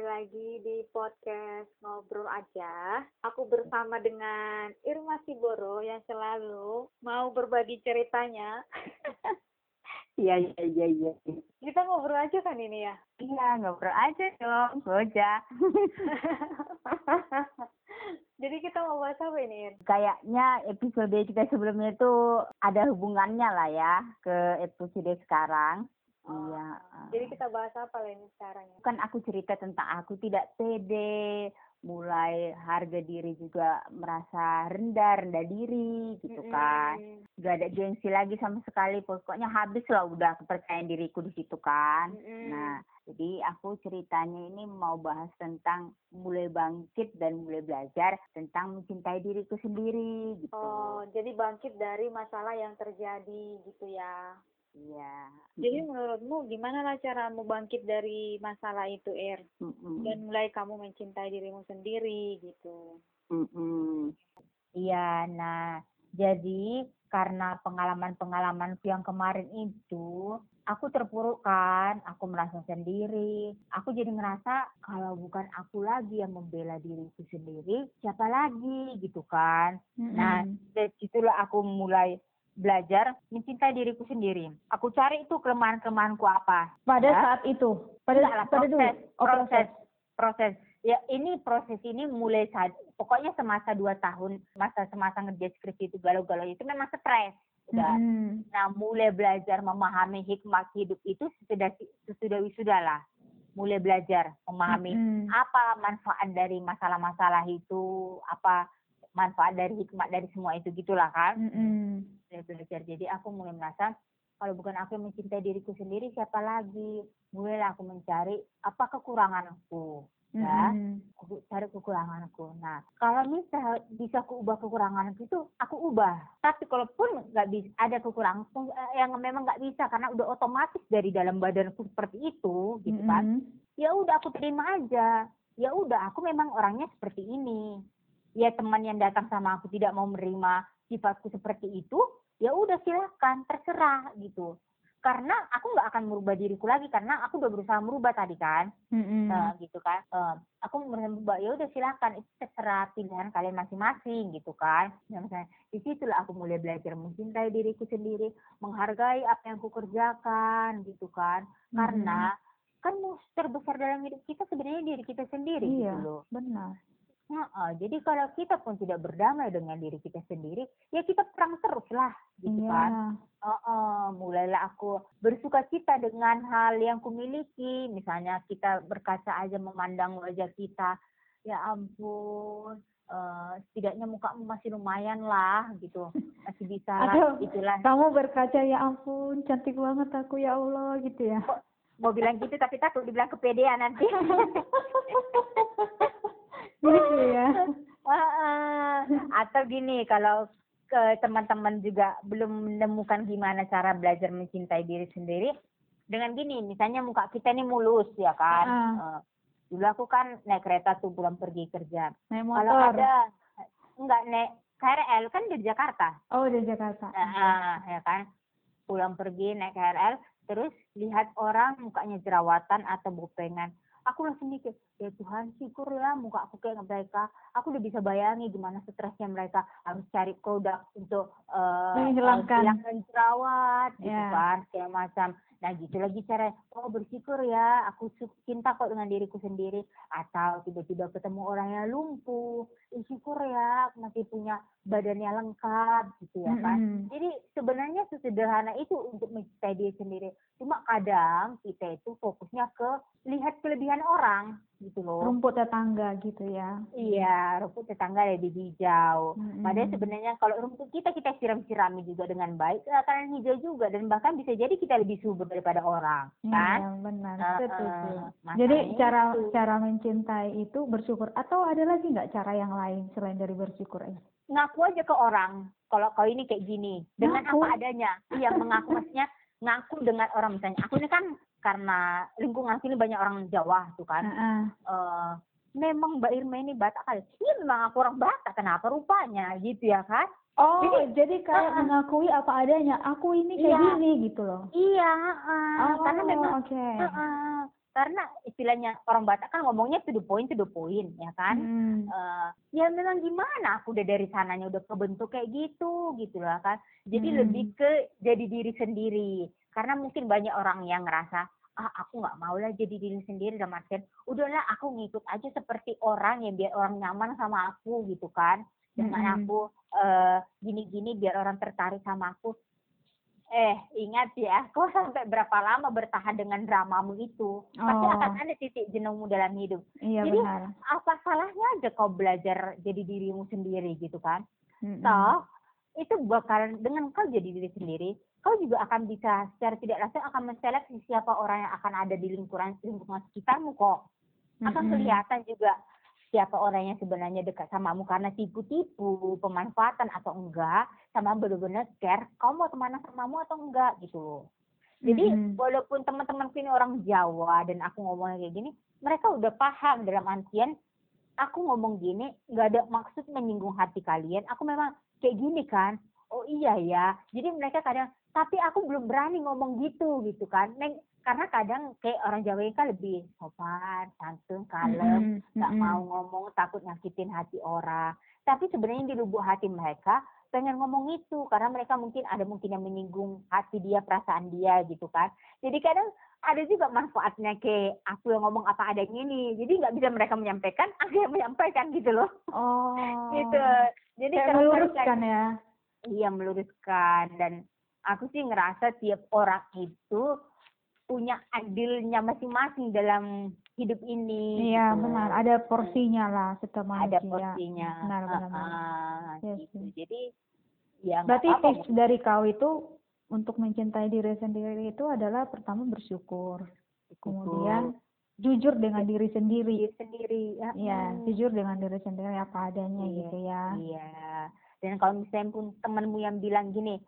lagi di podcast Ngobrol Aja. Aku bersama dengan Irma Siboro yang selalu mau berbagi ceritanya. Iya. Kita ngobrol aja kan ini ya? Iya, ngobrol aja dong, Goja. Jadi kita mau bahas apa ini, Ir? Kayaknya episode kita sebelumnya itu ada hubungannya lah ya ke episode sekarang. Iya. Jadi kita bahas apa lah ini sekarang ya? Kan aku cerita tentang aku tidak pede, mulai harga diri juga merasa rendah diri gitu kan. Gak ada gengsi lagi sama sekali, pokoknya habis lah udah kepercayaan diriku di situ kan. Nah, jadi aku ceritanya ini mau bahas tentang mulai bangkit dan mulai belajar tentang mencintai diriku sendiri gitu. Oh, jadi bangkit dari masalah yang terjadi gitu ya? Iya. Jadi menurutmu gimana lah caramu bangkit dari masalah itu, Ir? Dan mulai kamu mencintai dirimu sendiri gitu. Iya, nah jadi karena pengalaman-pengalaman yang kemarin itu, aku terpuruk kan, aku merasa sendiri. Aku jadi ngerasa kalau bukan aku lagi yang membela diriku sendiri, siapa lagi gitu kan. Nah, dari situlah aku mulai belajar mencintai diriku sendiri. Aku cari itu kelemahan-kelemahanku apa. Pada ya. saat itu, proses. Ya ini proses ini mulai pokoknya semasa 2 tahun, semasa ngerjain skripsi itu galau-galau itu memang stres. Udah. Nah mulai belajar memahami hikmah hidup itu sesudah wisuda lah. Mulai belajar memahami apa manfaat dari masalah-masalah itu, apa manfaat dari hikmah dari semua itu gitulah kan. Mulai belajar. Jadi aku mulai merasa kalau bukan aku yang mencintai diriku sendiri, siapa lagi? Mulailah aku mencari apa kekuranganku. Ya, aku cari kekuranganku. Nah, kalau bisa aku ubah kekuranganku itu, aku ubah. Tapi kalaupun nggak bisa, ada kekurangan yang memang nggak bisa karena udah otomatis dari dalam badanku seperti itu, gitu kan? Ya udah aku terima aja. Ya udah aku memang orangnya seperti ini. Ya teman yang datang sama aku tidak mau menerima sifatku seperti itu, ya udah silakan, terserah gitu. Karena aku nggak akan merubah diriku lagi karena aku udah berusaha merubah tadi kan, gitu kan. Aku merubah, ya udah silakan, itu terserah pilihan kalian masing-masing gitu kan. Ya, misalnya di situlah aku mulai belajar mencintai diriku sendiri, menghargai apa yang aku kerjakan gitu kan. Karena kan musuh terbesar dalam hidup kita sebenarnya diri kita sendiri gitu loh. Benar. Jadi kalau kita pun tidak berdamai dengan diri kita sendiri, ya kita perang terus lah, gitu kan. Mulailah aku bersuka cita dengan hal yang kumiliki, misalnya kita berkaca aja memandang wajah kita, ya ampun, setidaknya mukamu masih lumayan lah, gitu, masih bisa lah, itulah. Kamu berkaca, ya ampun, cantik banget aku ya Allah, gitu ya. Mau bilang gitu tapi takut dibilang kepedean nanti. Gitu ya. Atau gini, kalau teman-teman juga belum menemukan gimana cara belajar mencintai diri sendiri, dengan gini, misalnya muka kita ini mulus ya kan. Dulu aku kan naik kereta tuh pulang pergi kerja. Naik motor. Kalau ada enggak naik KRL kan dari Jakarta. Oh, dari Jakarta. Ya kan. Pulang pergi naik KRL, terus lihat orang mukanya jerawatan atau bopengan. Aku langsung mikir, ya Tuhan syukur ya muka aku kayak mereka. Aku udah bisa bayangi gimana stresnya mereka harus cari produk untuk hilangkan jerawat gitu kan, kayak macam. Nah gitu lagi cara, bersyukur ya aku cinta kok dengan diriku sendiri. Atau tiba-tiba ketemu orang yang lumpuh, syukur ya aku masih punya badannya lengkap gitu ya kan. Jadi sebenarnya sesederhana itu untuk mencintai diri sendiri. Cuma kadang kita itu fokusnya ke lihat kelebihan orang gitu loh. Rumput tetangga gitu ya. Iya, rumput tetangga lebih hijau. Padahal sebenarnya kalau rumput kita siram-sirami juga dengan baik, akan hijau juga dan bahkan bisa jadi kita lebih subur daripada orang, kan? Iya, benar. Setuju. Jadi cara mencintai itu bersyukur, atau ada lagi nggak cara yang lain selain dari bersyukur ya? Ngaku aja ke orang kalau kau ini kayak gini dengan apa adanya. Iya, mengaku, maksudnya ngaku dengan orang, misalnya aku ini kan karena lingkungan sini banyak orang Jawa tuh kan. Memang Mbak Irma ini Batak kali. Iya memang aku orang Batak, kenapa rupanya gitu ya kan. Oh, jadi kayak mengakui apa adanya. Aku ini kayak gini gitu loh. Iya, karena memang Karena istilahnya orang Batak kan ngomongnya to the point, ya kan. Ya memang gimana, aku udah dari sananya udah kebentuk kayak gitu lah kan. Jadi lebih ke jadi diri sendiri. Karena mungkin banyak orang yang ngerasa, aku nggak mau lah jadi diri sendiri, dalam artian udahlah aku ngikut aja seperti orang ya biar orang nyaman sama aku gitu kan. Dengan aku gini-gini biar orang tertarik sama aku. Ingat ya, kau sampai berapa lama bertahan dengan dramamu itu? Pasti akan ada titik jenuhmu dalam hidup. Iya, Jadi benar. apa salahnya aja kau belajar jadi dirimu sendiri gitu kan? Itu bakalan dengan kau jadi diri sendiri, kau juga akan bisa secara tidak langsung akan menseleksi siapa orang yang akan ada di lingkungan sekitarmu kok. Akan kelihatan juga siapa orang yang sebenarnya dekat samamu karena tipu-tipu, pemanfaatan atau enggak, sama benar-benar care kau mau temenan samamu atau enggak gitu. Jadi walaupun teman-teman ini orang Jawa dan aku ngomongnya kayak gini, mereka udah paham dalam artian aku ngomong gini nggak ada maksud menyinggung hati kalian. Aku memang kayak gini kan. Oh iya ya. Jadi mereka kadang, tapi aku belum berani ngomong gitu kan. Karena kadang kayak orang Jawa kan lebih sopan, santun, kalem, nggak mau ngomong, takut nyakitin hati orang. Tapi sebenarnya di lubuk hati mereka pengen ngomong itu karena mereka mungkin yang menyinggung hati dia, perasaan dia gitu kan. Jadi kadang ada juga manfaatnya kayak aku yang ngomong apa adanya ini. Jadi nggak bisa mereka menyampaikan, aku yang menyampaikan gitu loh. Gitu. Jadi kayak meluruskan ya. Iya, meluruskan. Dan aku sih ngerasa tiap orang itu punya andilnya masing-masing dalam hidup ini. Iya, gitu. benar. Ada porsinya lah setiap manusia. Ada porsinya. Benar. Gitu. Jadi ya berarti tips dari kau itu untuk mencintai diri sendiri itu adalah pertama bersyukur. Kemudian jujur dengan diri sendiri. Ya, jujur dengan diri sendiri apa adanya gitu ya. Iya. Dan kalau misalnya pun temanmu yang bilang gini,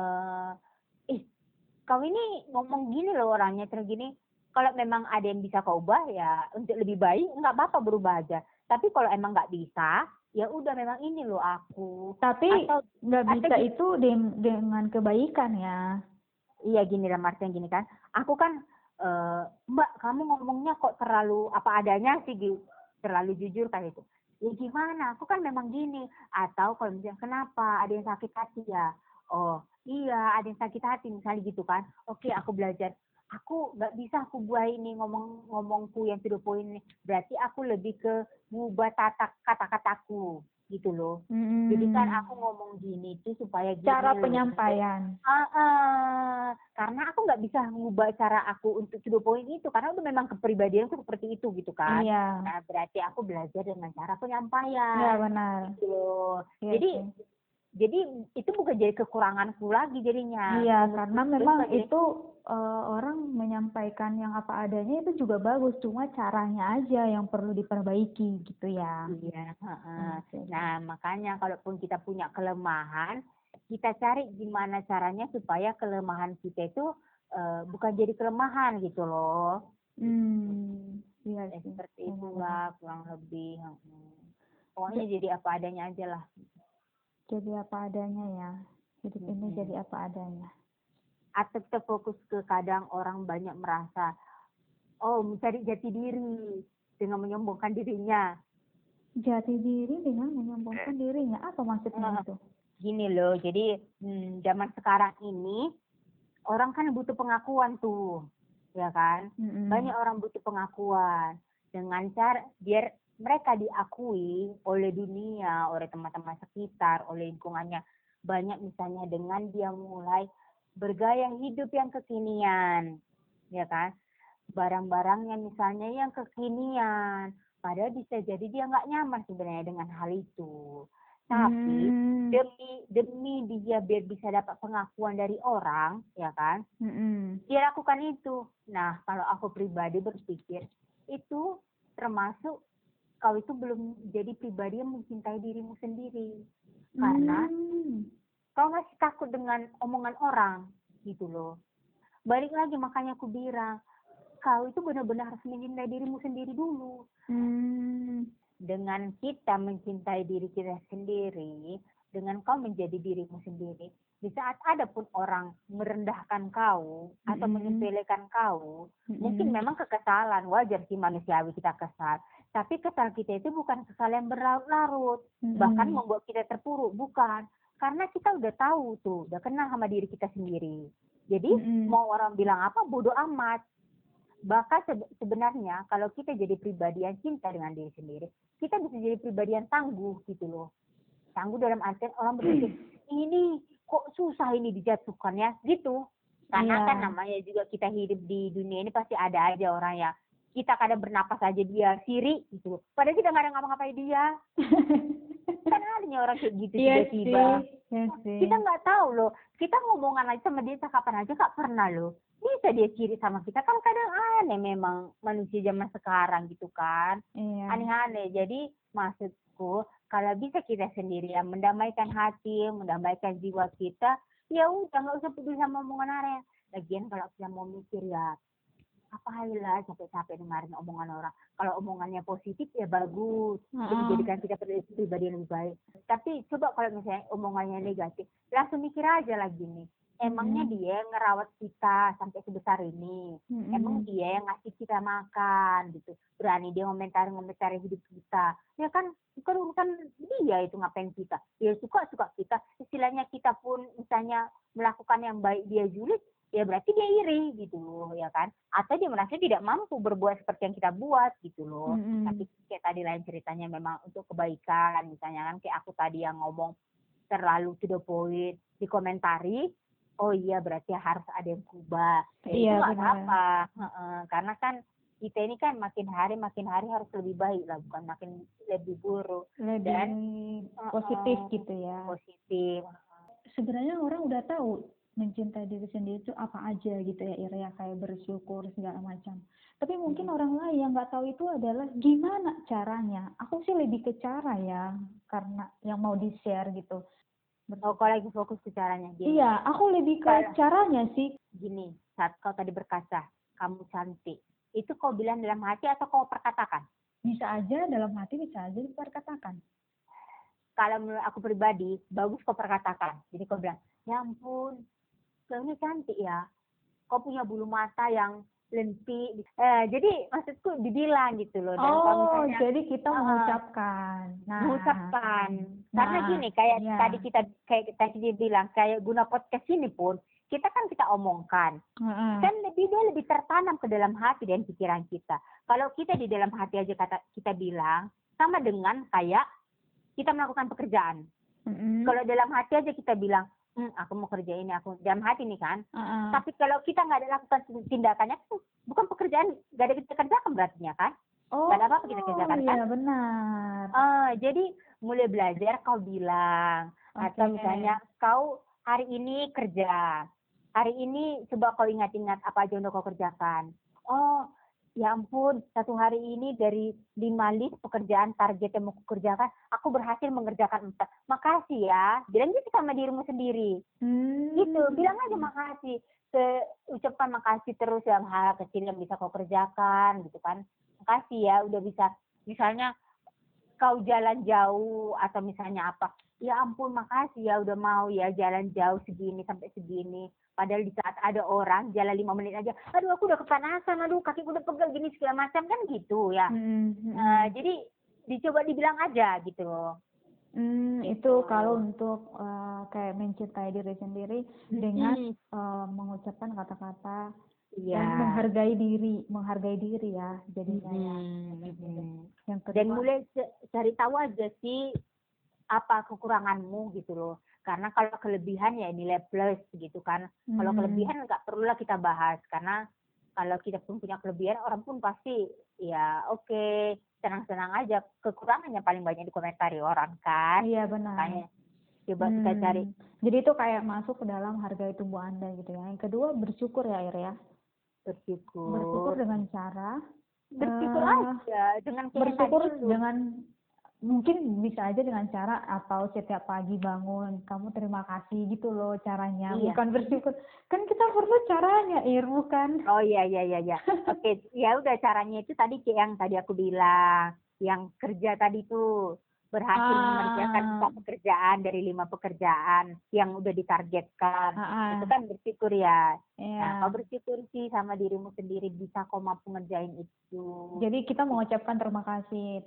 kau ini ngomong gini loh orangnya terus gini, kalau memang ada yang bisa kau ubah ya untuk lebih baik nggak apa-apa berubah aja. Tapi kalau emang nggak bisa, ya udah memang ini loh aku. Tapi nggak bisa itu dengan kebaikan ya. Iya gini lah Martin gini kan. Aku kan Mbak kamu ngomongnya kok terlalu apa adanya sih gitu. Terlalu jujur kayak itu. Ya gimana? Aku kan memang gini. Atau kalau misalnya kenapa ada yang sakit hati ya? Oh iya ada yang sakit hati misalnya gitu kan. Oke aku belajar. Aku nggak bisa aku buah ini ngomongku yang to the point ini. Berarti aku lebih ke ngubah kata-kataku gitu loh. Jadi kan aku ngomong gini itu supaya gini cara loh. penyampaian. Karena aku nggak bisa ngubah cara aku untuk to the point itu karena udah memang kepribadianku seperti itu gitu kan. Iya. Nah berarti aku belajar dengan cara penyampaian. Iya benar. Gitu. Iya, Jadi itu bukan jadi kekuranganku lagi jadinya. Iya, karena memang itu orang menyampaikan yang apa adanya itu juga bagus, cuma caranya aja yang perlu diperbaiki gitu ya. Iya. Nah makanya kalaupun kita punya kelemahan, kita cari gimana caranya supaya kelemahan kita itu bukan jadi kelemahan gitu loh. Iya sih. Seperti itulah kurang lebih. Pokoknya jadi apa adanya aja lah. Jadi apa adanya ya. Hidup ini jadi apa adanya. Atau kita fokus ke kadang orang banyak merasa, mencari jati diri dengan menyombongkan dirinya. Jati diri dengan menyombongkan dirinya, apa maksudnya itu? Gini loh, jadi zaman sekarang ini orang kan butuh pengakuan tuh, ya kan? Banyak orang butuh pengakuan dengan cara biar mereka diakui oleh dunia, oleh teman-teman sekitar, oleh lingkungannya. Banyak misalnya dengan dia mulai bergaya hidup yang kekinian, ya kan? Barang-barangnya misalnya yang kekinian, padahal bisa jadi dia nggak nyaman sebenarnya dengan hal itu. Tapi demi dia biar bisa dapat pengakuan dari orang, ya kan? Dia lakukan itu. Nah, kalau aku pribadi berpikir itu termasuk kau itu belum jadi pribadi yang mencintai dirimu sendiri. Karena kau masih takut dengan omongan orang gitu loh. Balik lagi makanya aku bilang, kau itu benar-benar harus mencintai dirimu sendiri dulu. Dengan kita mencintai diri kita sendiri, dengan kau menjadi dirimu sendiri. Di saat ada pun orang merendahkan kau atau menyepelekan kau, mungkin memang kekesalan, wajar sih manusiawi kita kesal. Tapi kesal kita itu bukan kesal yang berlarut-larut, bahkan membuat kita terpuruk, bukan. Karena kita udah tahu tuh, udah kenal sama diri kita sendiri. Jadi mau orang bilang apa, bodoh amat. Bahkan sebenarnya kalau kita jadi pribadi yang cinta dengan diri sendiri, kita bisa jadi pribadi yang tangguh gitu loh. Tangguh dalam artian orang berpikir, ini kok susah ini dijatuhkan ya, gitu. Karena kan namanya juga kita hidup di dunia ini pasti ada aja orang yang kita kadang bernapas aja dia siri gitu. Padahal kita nggak ada ngapa-ngapain dia. Kan adanya orang kayak gitu tiba-tiba. Kita nggak tahu loh. Kita ngomongan aja sama dia kapan aja nggak pernah loh. Bisa dia ciri sama kita kan kadang aneh memang manusia zaman sekarang gitu kan. Aneh-aneh. Jadi maksudku kalau bisa kita sendiri yang mendamaikan hati, mendamaikan jiwa kita, ya udah nggak usah peduli sama omongan orang. Lagian kalau kita mau mikir ya apa lah capek-capek dengerin omongan orang. Kalau omongannya positif ya bagus, menjadikan kita pribadi yang lebih baik. Tapi coba kalau misalnya omongannya negatif, langsung mikir aja lagi nih. Emangnya dia yang ngerawat kita sampai sebesar ini? Emang dia yang ngasih kita makan gitu? Berani dia ngomentari hidup kita? Ya kan bukan urusan dia itu, ngapain kita? Ya suka-suka kita. Istilahnya kita pun misalnya melakukan yang baik dia julid, ya berarti dia iri gitu loh, ya kan? Atau dia merasa tidak mampu berbuat seperti yang kita buat gitu loh. Tapi kayak tadi lain ceritanya memang untuk kebaikan, misalnya kan kayak aku tadi yang ngomong terlalu to the point dikomentari, oh iya berarti harus ada yang berubah. Itu nggak apa-apa. Karena kan kita ini kan makin hari harus lebih baik lah, bukan makin lebih buruk. Dan positif gitu ya. Positif. Sebenarnya orang udah tahu mencintai diri sendiri itu apa aja gitu ya, Ira, kayak bersyukur segala macam. Tapi mungkin orang lain yang nggak tahu itu adalah gimana caranya. Aku sih lebih ke cara ya, karena yang mau di-share gitu. Oh, kalau lagi fokus ke caranya gini. Iya, aku lebih ke caranya sih. Gini, saat kau tadi berkata, kamu cantik. Itu kau bilang dalam hati atau kau perkatakan? Bisa aja dalam hati, bisa aja diperkatakan. Kalau menurut aku pribadi, bagus kau perkatakan. Jadi kau bilang, ya ampun, kau ini cantik ya. Kau punya bulu mata yang lentik. Jadi maksudku dibilang gitu loh. Dan kalau misalnya, jadi kita mengucapkan. Mengucapkan. Karena gini, kayak tadi dia bilang, kayak guna podcast ini pun, kita kan kita omongkan. Kan dia lebih tertanam ke dalam hati dan pikiran kita. Kalau kita di dalam hati aja kita bilang, sama dengan kayak kita melakukan pekerjaan. Kalau dalam hati aja kita bilang, aku mau kerja ini, aku dalam hati nih kan. Tapi kalau kita nggak ada lakukan tindakannya, bukan pekerjaan, nggak ada kita kerjakan berarti kan. Nggak ada apa-apa kita kerjakan kan. Iya benar. Jadi mulai belajar kau bilang. Atau misalnya kau hari ini kerja. Hari ini coba kau ingat-ingat apa aja udah kau kerjakan. Oh, ya ampun, satu hari ini dari 5 list pekerjaan target yang mau kukerjakan, aku berhasil mengerjakan 4. Makasih ya. Bilang gitu sama dirimu sendiri. Gitu, bilang aja makasih. Ucapkan makasih terus dalam hal kecil yang bisa kau kerjakan, gitu kan. Makasih ya, udah bisa. Misalnya kau jalan jauh atau misalnya apa. Ya ampun, makasih ya udah mau ya jalan jauh segini sampai segini. Padahal di saat ada orang jalan 5 menit aja, aduh aku udah kepanasan, aduh kaki udah pegel gini segala macam kan gitu ya. Jadi dicoba dibilang aja gitu loh. Itu kalau untuk kayak mencintai diri sendiri dengan mengucapkan kata-kata dan menghargai diri ya jadinya ya. Yang kedua, dan mulai cari tahu aja sih apa kekuranganmu gitu loh. Karena kalau kelebihan ya nilai plus gitu kan. Kalau kelebihan nggak perlulah kita bahas. Karena kalau kita pun punya kelebihan, orang pun pasti ya oke, senang-senang aja. Kekurangannya paling banyak dikomentari orang kan. Iya benar. Makanya coba kita cari. Jadi itu kayak masuk ke dalam hargai tubuh Anda gitu ya. Yang kedua bersyukur ya, Ir ya. Bersyukur dengan cara bersyukur aja dengan bersyukur dengan mungkin bisa aja dengan cara atau setiap pagi bangun kamu terima kasih gitu loh caranya. Bukan bersyukur kan kita perlu caranya, Ir, bukan. Oh iya oke, ya udah caranya itu tadi kayak yang tadi aku bilang, yang kerja tadi tuh berhasil mengerjakan 4 pekerjaan dari 5 pekerjaan yang udah ditargetkan. Itu kan bersyukur ya. Nah, kau bersyukur sih sama dirimu sendiri bisa kau mampu ngerjain itu. Jadi kita mengucapkan terima kasih.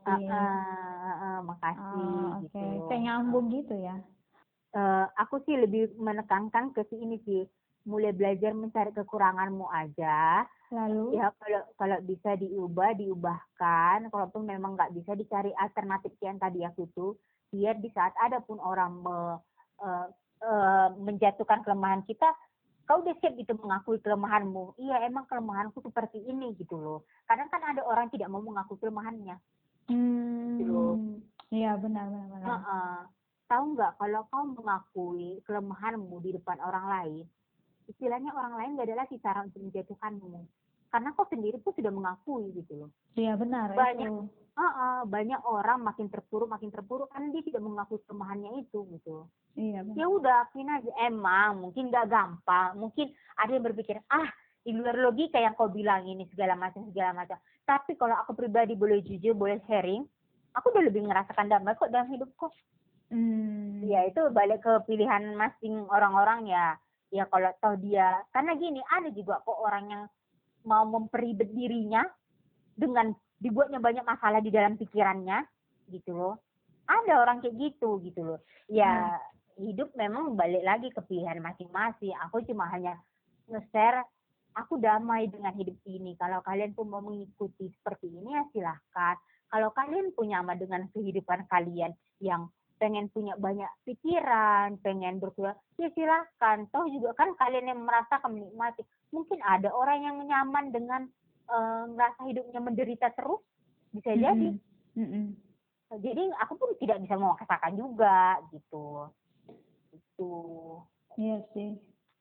Makasih gitu. Kayak nyambung gitu ya. Aku sih lebih menekankan ke ini sih, mulai belajar mencari kekuranganmu aja. Lalu ya kalau bisa diubahkan, kalaupun memang nggak bisa dicari alternatif yang tadi aku tuh, biar di saat ada pun orang menjatuhkan kelemahan kita, kau udah siap gitu mengakui kelemahanmu. Iya, emang kelemahanku seperti ini gitu loh. Kadang kan ada orang tidak mau mengakui kelemahannya. Gitu loh. Iya, benar. Tahu nggak, kalau kau mengakui kelemahanmu di depan orang lain, istilahnya orang lain nggak ada lagi cara untuk menjatuhkanmu. Karena kau sendiri pun sudah mengakui gitu loh. Iya, benar. Banyak orang makin terpuruk karena dia tidak mengakui kelemahannya itu gitu. Iya, benar. Ya udah, akuin aja. Emang mungkin nggak gampang, mungkin ada yang berpikir di luar logika yang kau bilang ini segala macam. Tapi kalau aku pribadi boleh jujur, boleh sharing, aku udah lebih ngerasakan damai kok dalam hidupku. Ya itu balik ke pilihan masing orang-orang ya. Ya kalau tahu dia, karena gini, ada juga kok orang yang mau memperibet dirinya dengan dibuatnya banyak masalah di dalam pikirannya gitu loh. Ada orang kayak gitu loh. Ya hidup memang balik lagi ke pilihan masing-masing. Aku cuma hanya nge-share, aku damai dengan hidup ini. Kalau kalian pun mau mengikuti seperti ini ya silahkan. Kalau kalian pun nyaman dengan kehidupan kalian yang pengen punya banyak pikiran, pengen berkeluar, ya silahkan. Toh juga kan kalian yang merasakan menikmati. Mungkin ada orang yang nyaman dengan merasa hidupnya menderita terus, bisa jadi. Jadi aku pun tidak bisa memaksakan juga gitu. Itu. Iya sih.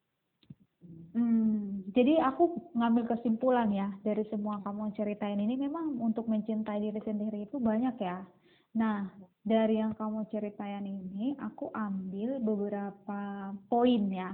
Jadi aku ngambil kesimpulan ya dari semua kamu ceritain ini, memang untuk mencintai diri sendiri itu banyak ya. Nah, dari yang kamu ceritain ini, aku ambil beberapa poin ya.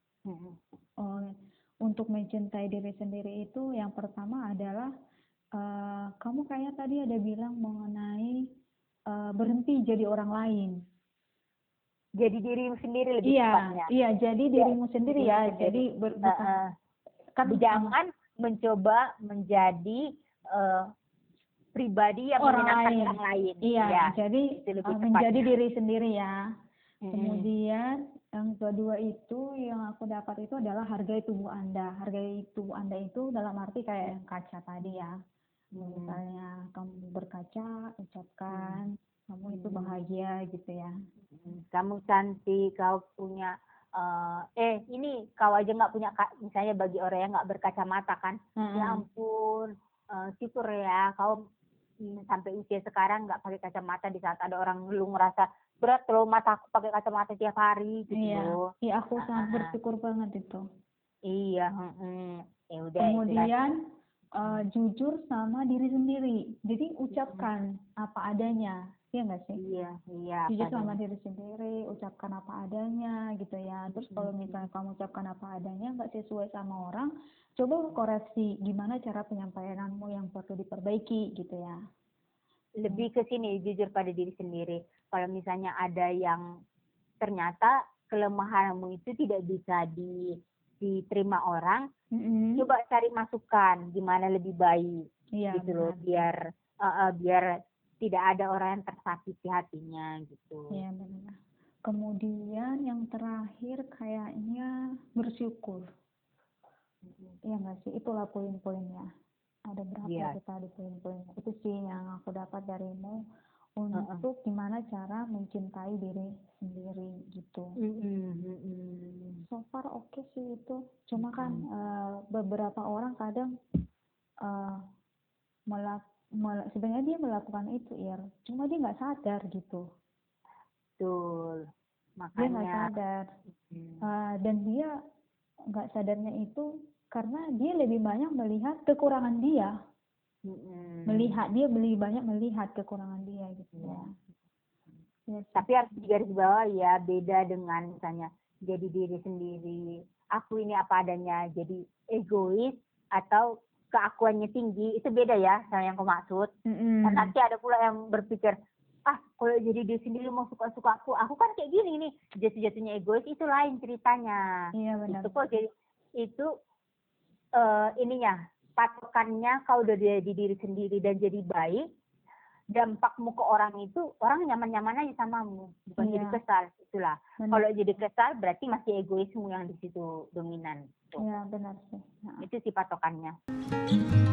Untuk mencintai diri sendiri itu, yang pertama adalah kamu kayaknya tadi ada bilang mengenai berhenti jadi orang lain. Jadi dirimu sendiri lebih tepatnya. Iya, jadi dirimu sendiri ya. Jadi jangan mencoba menjadi pribadi yang menyenangkan orang lain. Iya, ya. Jadi menjadi diri sendiri ya. Kemudian yang kedua itu yang aku dapat itu adalah hargai tubuh Anda. Hargai tubuh Anda itu dalam arti kayak yang kaca tadi ya. Misalnya kamu berkaca, ucapkan kamu itu bahagia gitu ya. Kamu cantik, kau punya ini kau aja nggak punya, misalnya bagi orang yang nggak berkacamata kan, ya ampun, syukur ya kau sampai usia sekarang nggak pakai kacamata, di saat ada orang lu ngerasa berat loh mata aku pakai kacamata tiap hari gitu. Iya, aku sangat bersyukur banget itu. Iya, ya udah. Kemudian jujur sama diri sendiri, jadi ucapkan apa adanya, ya nggak sih? Iya. Jujur sama diri sendiri, ucapkan apa adanya gitu ya. Terus kalau misalnya kamu ucapkan apa adanya nggak sesuai sama orang, coba koreksi gimana cara penyampaianmu yang perlu diperbaiki gitu ya. Lebih ke sini, jujur pada diri sendiri. Kalau misalnya ada yang ternyata kelemahanmu itu tidak bisa diterima orang, coba cari masukan gimana lebih baik, gitu loh, biar tidak ada orang yang tersakiti hatinya gitu. Iya, benar. Kemudian yang terakhir kayaknya bersyukur. Iya nggak sih? Itulah poin-poinnya. Ada berapa kita di poin-poinnya? Itu sih yang aku dapat darimu untuk gimana cara mencintai diri sendiri gitu. So far oke sih itu. Cuma kan beberapa orang kadang sebenarnya dia melakukan itu ya, cuma dia nggak sadar gitu. Betul. Makanya dia nggak sadar. Dan dia nggak sadarnya itu karena dia lebih banyak melihat kekurangan dia. Dia lebih banyak melihat kekurangan dia gitu ya. Yes. Tapi harus digarisbawahi ya, beda dengan misalnya jadi diri sendiri, aku ini apa adanya, jadi egois atau keakuannya tinggi, itu beda ya sama yang aku maksud. Dan nanti ada pula yang berpikir, kalau jadi dia sendiri mau suka-suka aku kan kayak gini nih, jatuh-jatuhnya egois itu lain ceritanya. Iya benar. Itu kok jadi itu ininya patokannya kau udah jadi diri sendiri dan jadi baik, dampakmu ke orang itu orang nyaman-nyaman aja samamu, bukan Iya. jadi kesal. Itulah. Benar. Kalau jadi kesal berarti masih egoismu yang di situ dominan. Tuh. Iya benar sih. Itu sih patokannya.